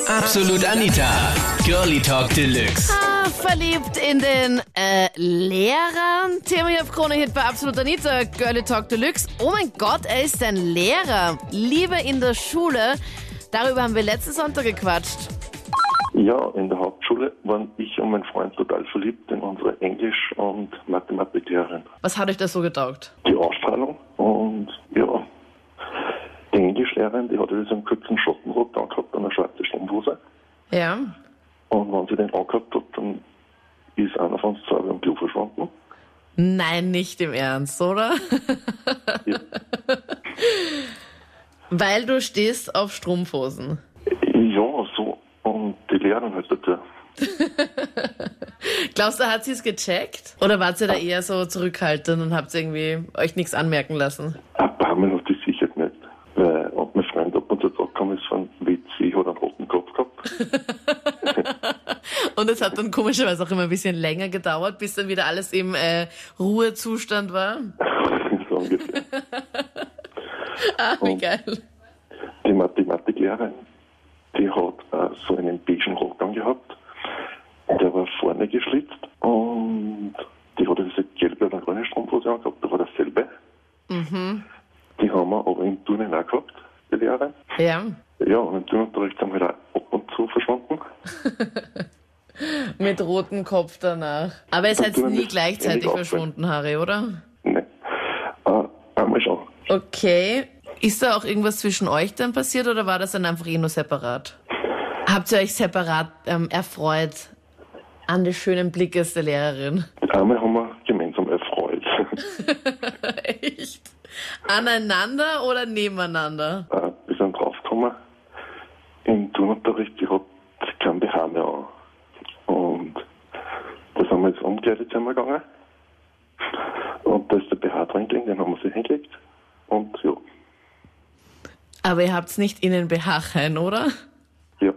Absolut Anita, Girlie Talk Deluxe. Verliebt in den Lehrer. Thema hier auf Krone Hit bei Absolut Anita, Girlie Talk Deluxe. Oh mein Gott, er ist ein Lehrer. Liebe in der Schule. Darüber haben wir letzten Sonntag gequatscht. Ja, in der Hauptschule waren ich und mein Freund total verliebt in unsere Englisch- und Mathematiklehrerin. Was hat euch das so getaugt? Die Ausstrahlung und ja, die Englischlehrerin, die hatte so einen kurzen Schottenrock angehabt und eine schwarze Strumpfhose. Ja. Und wenn sie den angehabt hat, dann ist einer von uns zwei beim Klo verschwunden. Nein, nicht im Ernst, oder? Ja. Weil du stehst auf Strumpfhosen. Ja, so. Und die Lehrerin halt dazu. Glaubst du, hat sie es gecheckt? Oder wart ihr da eher so zurückhaltend und habt irgendwie euch nichts anmerken lassen? Ein paar Mal hat die sicher gemerkt. Weil und mein Freund ab und zu zurückgekommen ist von WC, hat einen roten Kopf gehabt. Und es hat dann komischerweise auch immer ein bisschen länger gedauert, bis dann wieder alles im Ruhezustand war. So ungefähr. Wie geil. Die Mathematiklehrerin, die hat so einen beigen Rock angehabt. Der war vorne geschlitzt und die hat diese gelbe oder grüne Strumpfhose angehabt, da war dasselbe. Mhm. Die haben wir aber im Turnen auch gehabt, die Lehrerin. Ja. Ja, und im Turnunterricht sind wir halt auch ab und zu verschwunden. Mit rotem Kopf danach. Aber ihr seid nie gleichzeitig verschwunden, Harry, oder? Nein. Einmal schon. Okay. Ist da auch irgendwas zwischen euch dann passiert oder war das dann einfach nur separat? Habt ihr euch separat erfreut an des schönen Blickes der Lehrerin? Einmal haben wir gemeinsam erfreut. Echt? Aneinander oder nebeneinander? Wir sind draufgekommen, im Turnunterricht, die hat kein BH mehr an. Und da sind wir ins Umkleidezimmer gegangen. Und da ist der BH drin gelegen, den haben wir sich hingelegt. Und ja. Aber ihr habt's nicht in den BH rein, oder? Ja.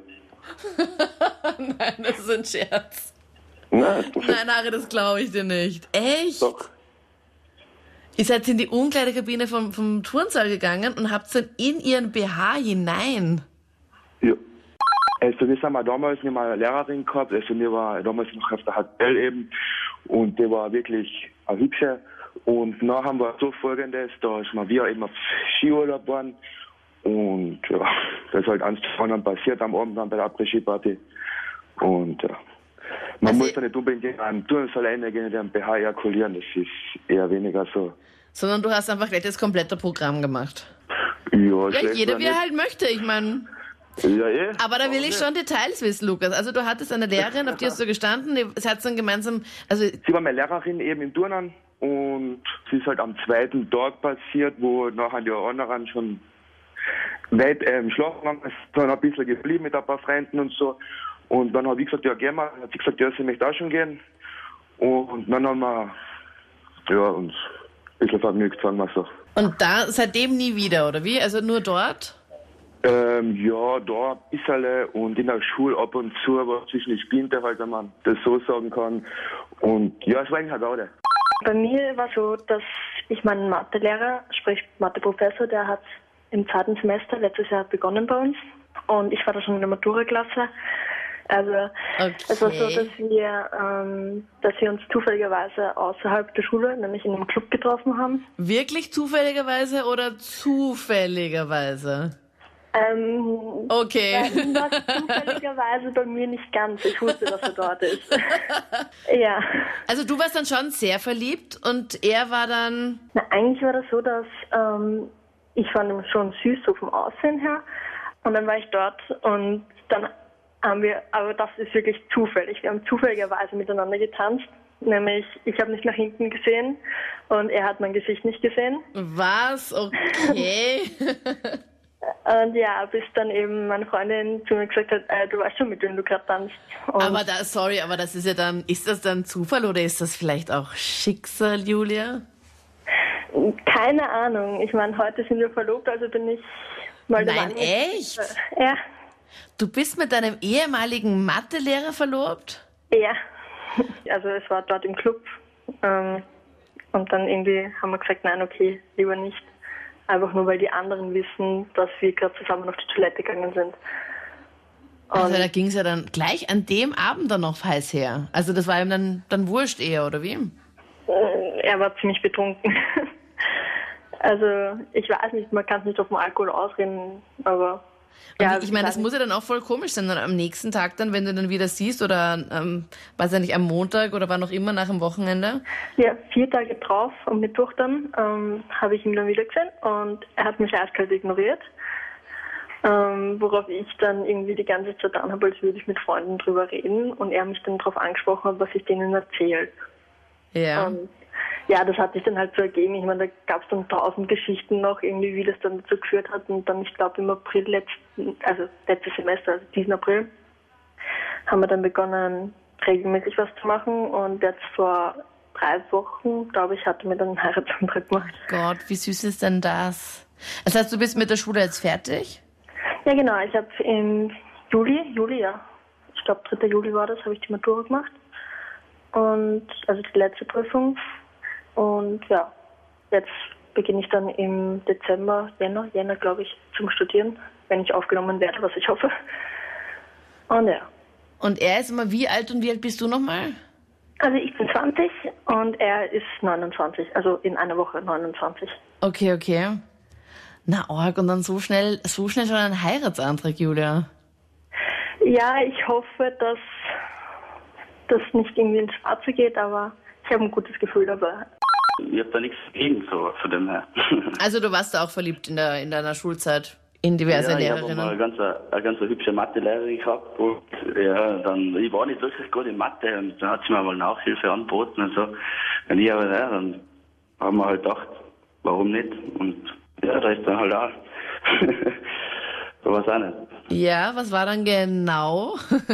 Nein, das ist ein Scherz. Nein, ist perfekt. Nein, Harry, das glaube ich dir nicht. Echt? Doch. Ihr seid in die Umkleidekabine vom Turnsaal gegangen und habt dann in ihren BH hinein. Ja. Also wir haben damals nicht mal eine Lehrerin gehabt, also wir waren damals noch auf der HTL eben und die war wirklich eine hübsche. Und dann haben wir so Folgendes, da ist wir eben auf Skiurlaub waren und ja, das ist halt eins zu anderen passiert am Abend dann bei der Après-Ski-Party. Und ja, man muss da nicht unbedingt in einem Turnsaal reingehen und den BH ejakulieren, das ist eher weniger so. Sondern du hast einfach gleich das komplette Programm gemacht. Ja, Ja, jeder wie er halt möchte, ich meine. Ja, eh. Aber da will ich schon Details wissen, Lukas. Also du hattest eine Lehrerin, auf die hast du gestanden, es hat dann gemeinsam, also Sie war meine Lehrerin eben im Turnen und es ist halt am zweiten Tag passiert, wo nachher die anderen schon weit schlafen waren, ist dann ein bisschen geblieben mit ein paar Freunden und so. Und dann habe ich gesagt, ja, gehen wir. Dann hat sie gesagt, ja, sie möchte auch schon gehen. Und dann haben wir uns ein bisschen vergnügt, sagen wir so. und da seitdem nie wieder, oder wie? Also nur dort? Ja, da ein bisschen und in der Schule ab und zu, aber zwischen die Spinte halt, wenn man das so sagen kann. Und ja, es war eigentlich halt auch. Bei mir war so, dass ich meinen Mathelehrer, sprich Matheprofessor, der hat im zweiten Semester letztes Jahr begonnen bei uns und ich war da schon in der Matura-Klasse. Also es war so, dass wir uns zufälligerweise außerhalb der Schule, nämlich in einem Club getroffen haben. Wirklich zufälligerweise oder zufälligerweise? Okay. Das zufälligerweise bei mir nicht ganz. Ich wusste, dass er dort ist. Ja. Also du warst dann schon sehr verliebt und er war dann... Na, eigentlich war das so, dass ich fand ihn schon süß, so vom Aussehen her. Und dann war ich dort und dann haben wir, aber das ist wirklich zufällig, wir haben zufälligerweise miteinander getanzt. Nämlich, ich habe nicht nach hinten gesehen und er hat mein Gesicht nicht gesehen. Was? Okay. Und ja, bis dann eben meine Freundin zu mir gesagt hat, du weißt schon, mit wem du gerade tanzt. Und Aber das ist ja dann, ist das dann Zufall oder ist das vielleicht auch Schicksal, Julia? keine Ahnung. Ich meine, heute sind wir verlobt, also bin ich mal der Nein, Meinung, echt? Ja. Du bist mit deinem ehemaligen Mathelehrer verlobt? Ja. Also es war dort im Club. Und dann irgendwie haben wir gesagt, nein, okay, lieber nicht. Einfach nur, weil die anderen wissen, dass wir gerade zusammen auf die Toilette gegangen sind. Also da ging es ja dann gleich an dem Abend dann noch heiß her. Also das war ihm dann wurscht eher, oder wie? Er war ziemlich betrunken. Also ich weiß nicht, man kann es nicht auf dem Alkohol ausreden, aber... Ja, ich meine, das muss ja dann auch voll komisch sein, dann am nächsten Tag dann, wenn du dann wieder siehst oder, weiß ja nicht, am Montag oder wann auch immer nach dem Wochenende? Ja, 4 Tage drauf, am Mittwoch dann, habe ich ihn dann wieder gesehen und er hat mich eiskalt ignoriert, worauf ich dann irgendwie die ganze Zeit getan habe, als würde ich mit Freunden drüber reden und er mich dann darauf angesprochen hat, was ich denen erzählt. Ja. Ja, das hat sich dann halt so ergeben. Ich meine, da gab es dann 1000 Geschichten noch, irgendwie, wie das dann dazu geführt hat. Und dann, ich glaube, im April letztes Semester, also diesen April, haben wir dann begonnen, regelmäßig was zu machen. Und jetzt vor 3 Wochen, glaube ich, hat er mir dann einen Heiratsantrag gemacht. Gott, wie süß ist denn das? Das heißt, du bist mit der Schule jetzt fertig? Ja, genau. Ich habe im Juli, ja. Ich glaube, 3. Juli war das, habe ich die Matura gemacht. Und, also die letzte Prüfung. Und ja, jetzt beginne ich dann im Dezember, Jänner glaube ich, zum Studieren, wenn ich aufgenommen werde, was ich hoffe. Und ja. Und er ist immer wie alt und wie alt bist du nochmal? Also ich bin 20 und er ist 29, also in einer Woche 29. Okay. Na, Org, und dann so schnell schon ein Heiratsantrag, Julia. Ja, ich hoffe, dass das nicht irgendwie ins Schwarze geht, aber ich habe ein gutes Gefühl dabei. Ich habe da nichts gegen, so von dem her. Also du warst da auch verliebt in deiner Schulzeit in diverse Lehrerinnen? Ja, ich habe mal eine ganz hübsche Mathe-Lehrerin gehabt und ich war nicht wirklich gut in Mathe und dann hat sie mir mal Nachhilfe angeboten und so. Und ich dann haben wir halt gedacht, warum nicht? Und ja, da ist dann halt auch. So was auch nicht. Ja, was war dann genau?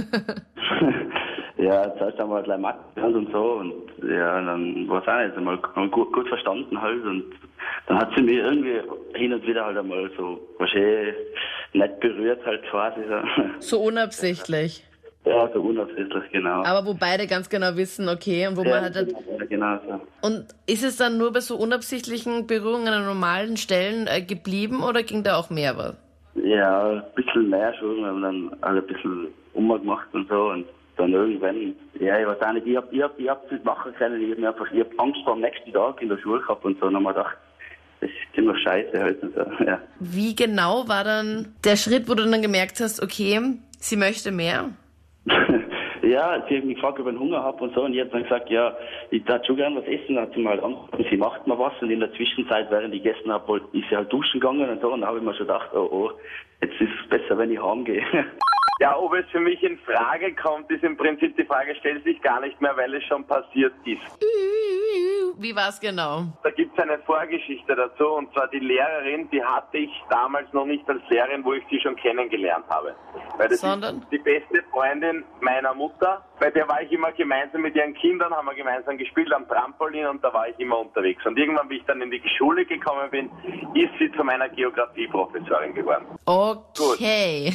Ja, zuerst haben wir halt gleich Mathe gelernt und so und ja, dann war es auch nicht einmal gut verstanden halt und dann hat sie mich irgendwie hin und wieder halt einmal so wahrscheinlich nett berührt halt quasi so. So unabsichtlich? Ja, so unabsichtlich, genau. Aber wo beide ganz genau wissen, okay, und wo man halt... Genau so. Und ist es dann nur bei so unabsichtlichen Berührungen an normalen Stellen geblieben oder ging da auch mehr was? Ja, ein bisschen mehr schon, wir haben dann alle ein bisschen umgemacht und so und dann irgendwann, ja, ich weiß auch nicht, ich hab es nicht machen können, ich hab Angst vor dem nächsten Tag in der Schule gehabt und so, und dann habe ich gedacht, das ist ziemlich scheiße halt und so, ja. Wie genau war dann der Schritt, wo du dann gemerkt hast, okay, sie möchte mehr? Ja, sie hat mich gefragt, ob ich einen Hunger habe und so, und ich habe dann gesagt, ja, ich darf schon gern was essen, hat sie mal angefangen, sie macht mir was, und in der Zwischenzeit, während ich gegessen habe, ist sie halt duschen gegangen und so, und da habe ich mir schon gedacht, oh, jetzt ist es besser, wenn ich heimgehe. Ja, ob es für mich in Frage kommt, ist im Prinzip die Frage, stellt sich gar nicht mehr, weil es schon passiert ist. Wie war es genau? Da gibt es eine Vorgeschichte dazu, und zwar die Lehrerin, die hatte ich damals noch nicht als Lehrerin, wo ich sie schon kennengelernt habe. Weil das ist die beste Freundin meiner Mutter, bei der war ich immer gemeinsam mit ihren Kindern, haben wir gemeinsam gespielt am Trampolin und da war ich immer unterwegs. Und irgendwann, wie ich dann in die Schule gekommen bin, ist sie zu meiner Geografieprofessorin geworden. Okay.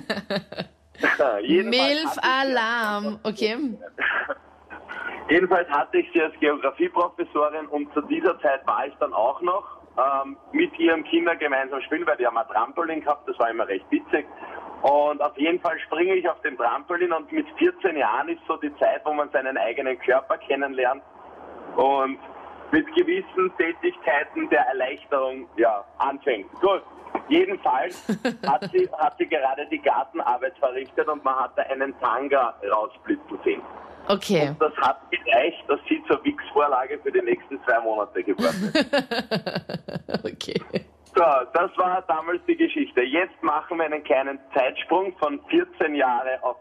Milf-Alarm, okay. Jedenfalls hatte ich sie als Geografieprofessorin und zu dieser Zeit war ich dann auch noch mit ihren Kindern gemeinsam spielen, weil die haben ein Trampolin gehabt, das war immer recht witzig. Und auf jeden Fall springe ich auf den Trampolin und mit 14 Jahren ist so die Zeit, wo man seinen eigenen Körper kennenlernt und mit gewissen Tätigkeiten der Erleichterung anfängt. Gut. Jedenfalls hat sie gerade die Gartenarbeit verrichtet und man hat da einen Tanga rausblitzen sehen. Okay. Und das hat gereicht, dass sie zur Wix-Vorlage für die nächsten 2 Monate geworden ist. Okay. So, das war damals die Geschichte. Jetzt machen wir einen kleinen Zeitsprung von 14 Jahre auf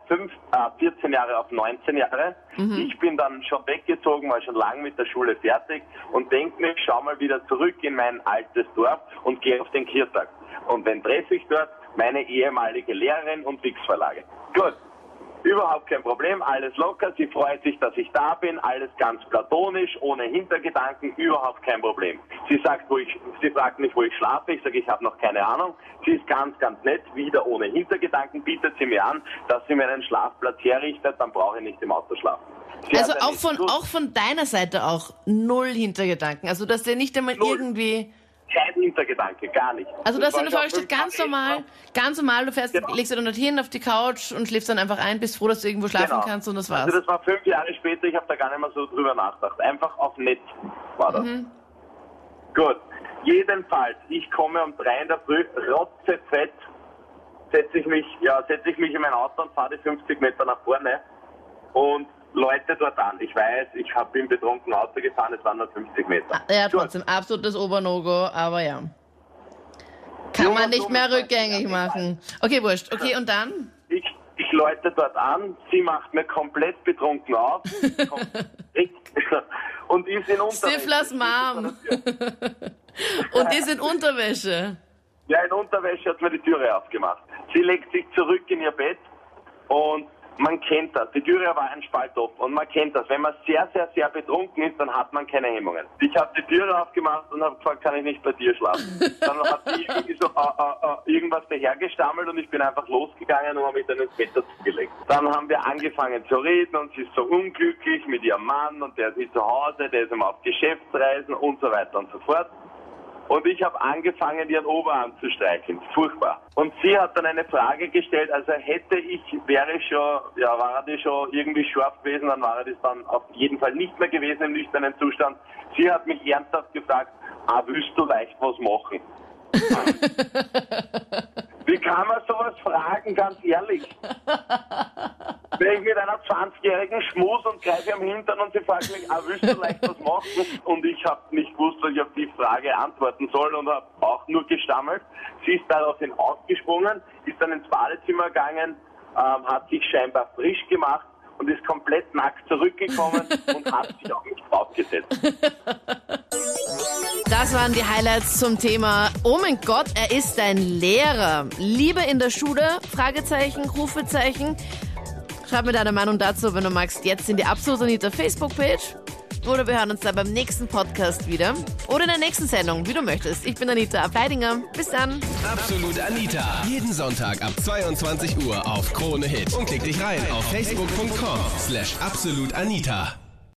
19 Jahre. Mhm. Ich bin dann schon weggezogen, war schon lange mit der Schule fertig und denke mir, ich schau mal wieder zurück in mein altes Dorf und gehe auf den Kirtag. Und wen treffe ich dort? Meine ehemalige Lehrerin und Wix-Verlage. Gut. Überhaupt kein Problem, alles locker, sie freut sich, dass ich da bin, alles ganz platonisch, ohne Hintergedanken, überhaupt kein Problem. Sie fragt mich, wo ich schlafe, ich sage, ich habe noch keine Ahnung. Sie ist ganz, ganz nett, wieder ohne Hintergedanken, bietet sie mir an, dass sie mir einen Schlafplatz herrichtet, dann brauche ich nicht im Auto schlafen. Also auch von deiner Seite auch null Hintergedanken, also dass dir nicht einmal irgendwie kein Hintergedanke, gar nicht. Also du hast dir nur vorgestellt, ganz normal, du fährst, Genau. legst dich dann dorthin auf die Couch und schläfst dann einfach ein, bist froh, dass du irgendwo schlafen kannst und das war's. Also das war 5 Jahre später, ich habe da gar nicht mehr so drüber nachgedacht. Einfach auf Netz war das. Gut, jedenfalls, ich komme um 3 in der Früh, rotzefett, setze ich mich in mein Auto und fahre die 50 Meter nach vorne und Leute dort an. Ich weiß, ich bin betrunken Auto gefahren, es waren nur 50 Meter. Ja, trotzdem, absolutes Ober-No-Go, aber ja. Kann man nicht mehr rückgängig machen. Okay, wurscht. Okay, und dann? Ich läute dort an, sie macht mir komplett betrunken auf und ist in Unterwäsche. Stiflers Mom. Und ist in Unterwäsche. Ja, in Unterwäsche hat mir die Türe aufgemacht. Sie legt sich zurück in ihr Bett und man kennt das. Die Türe war ein Spalt offen und man kennt das. Wenn man sehr, sehr, sehr betrunken ist, dann hat man keine Hemmungen. Ich habe die Türe aufgemacht und habe gefragt, kann ich nicht bei dir schlafen? Dann hat sie irgendwie so irgendwas dahergestammelt und ich bin einfach losgegangen und habe mich dann ins Bett dazugelegt. Dann haben wir angefangen zu reden und sie ist so unglücklich mit ihrem Mann und der ist nicht zu Hause, der ist immer auf Geschäftsreisen und so weiter und so fort. Und ich habe angefangen, ihren Oberarm zu streicheln. Furchtbar. Und sie hat dann eine Frage gestellt, also war die schon irgendwie scharf gewesen, dann war das dann auf jeden Fall nicht mehr gewesen im nüchternen Zustand. Sie hat mich ernsthaft gefragt, willst du leicht was machen? Wie kann man sowas fragen, ganz ehrlich? Wenn ich mit einer 20-jährigen schmus und greife am Hintern und sie fragt mich, willst du leicht was machen? Und ich habe nicht gewusst, was ich auf die Frage antworten soll und habe auch nur gestammelt. Sie ist daraufhin ausgesprungen, ist dann ins Badezimmer gegangen, hat sich scheinbar frisch gemacht und ist komplett nackt zurückgekommen und hat sich auch nicht draufgesetzt. Das waren die Highlights zum Thema, oh mein Gott, er ist dein Lehrer. Liebe in der Schule? Fragezeichen, Rufezeichen. Schreib mir deine Meinung dazu, wenn du magst, jetzt in die Absolut Anita Facebook-Page. Oder wir hören uns dann beim nächsten Podcast wieder. Oder in der nächsten Sendung, wie du möchtest. Ich bin Anita Ableidinger. Bis dann. Absolut Anita. Jeden Sonntag ab 22 Uhr auf Krone Hit. Und klick dich rein auf facebook.com/absolutanita.